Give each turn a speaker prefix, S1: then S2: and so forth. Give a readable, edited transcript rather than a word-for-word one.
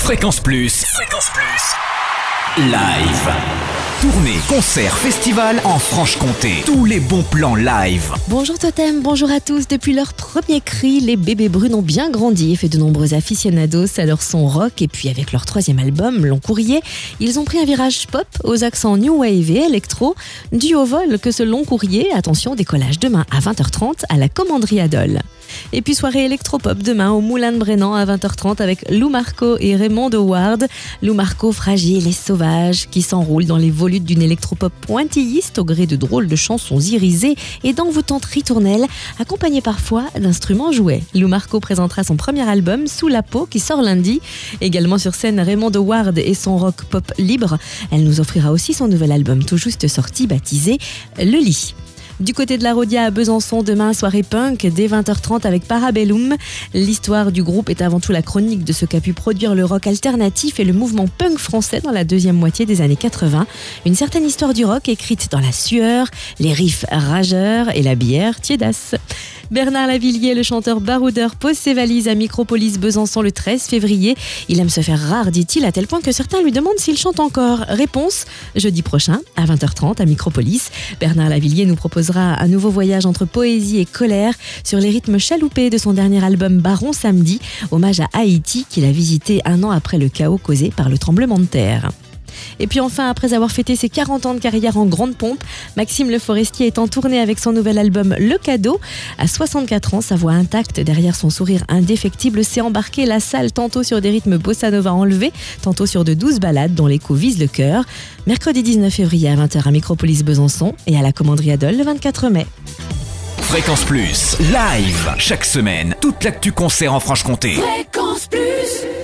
S1: Fréquence Plus. Fréquence Plus. Live. Tournée, concert, festival en Franche-Comté. Tous les bons plans live.
S2: Bonjour Totem, bonjour à tous. Depuis leur premier cri, les bébés brunes ont bien grandi et fait de nombreux aficionados à leur son rock. Et puis avec leur troisième album, Long Courrier, ils ont pris un virage pop aux accents new wave et électro. Du haut vol que ce Long Courrier, attention, décollage demain à 20h30 à la Commanderie Adol. Et puis soirée électropop demain au Moulin de Brennan à 20h30 avec Lou Marco et Raymond Howard. Lou Marco fragile et sauvage qui s'enroule dans les volutes d'une électropop pointilliste au gré de drôles de chansons irisées et d'envoûtantes ritournelles accompagnées parfois d'instruments jouets. Lou Marco présentera son premier album Sous la peau qui sort lundi. Également sur scène Raymond Howard et son rock pop libre. Elle nous offrira aussi son nouvel album tout juste sorti baptisé Le Lit. Du côté de la Rhodia à Besançon, demain, soirée punk dès 20h30 avec Parabellum. L'histoire du groupe est avant tout la chronique de ce qu'a pu produire le rock alternatif et le mouvement punk français dans la deuxième moitié des années 80. Une certaine histoire du rock écrite dans la sueur, les riffs rageurs et la bière tiédasse. Bernard Lavillier, le chanteur baroudeur, pose ses valises à Micropolis Besançon le 13 février. Il aime se faire rare, dit-il, à tel point que certains lui demandent s'il chante encore. Réponse, jeudi prochain à 20h30 à Micropolis. Bernard Lavillier nous proposera un nouveau voyage entre poésie et colère sur les rythmes chaloupés de son dernier album Baron Samedi, hommage à Haïti qu'il a visité un an après le chaos causé par le tremblement de terre. Et puis enfin, après avoir fêté ses 40 ans de carrière en grande pompe, Maxime Le Forestier est en tournée avec son nouvel album Le Cadeau. À 64 ans, sa voix intacte derrière son sourire indéfectible s'est embarqué la salle tantôt sur des rythmes bossa nova enlevés, tantôt sur de douces ballades dont l'écho vise le cœur. Mercredi 19 février à 20h à Micropolis Besançon et à la Commanderie Adol le 24 mai.
S1: Fréquence Plus. Live. Chaque semaine, toute l'actu concert en Franche-Comté.
S3: Fréquence Plus.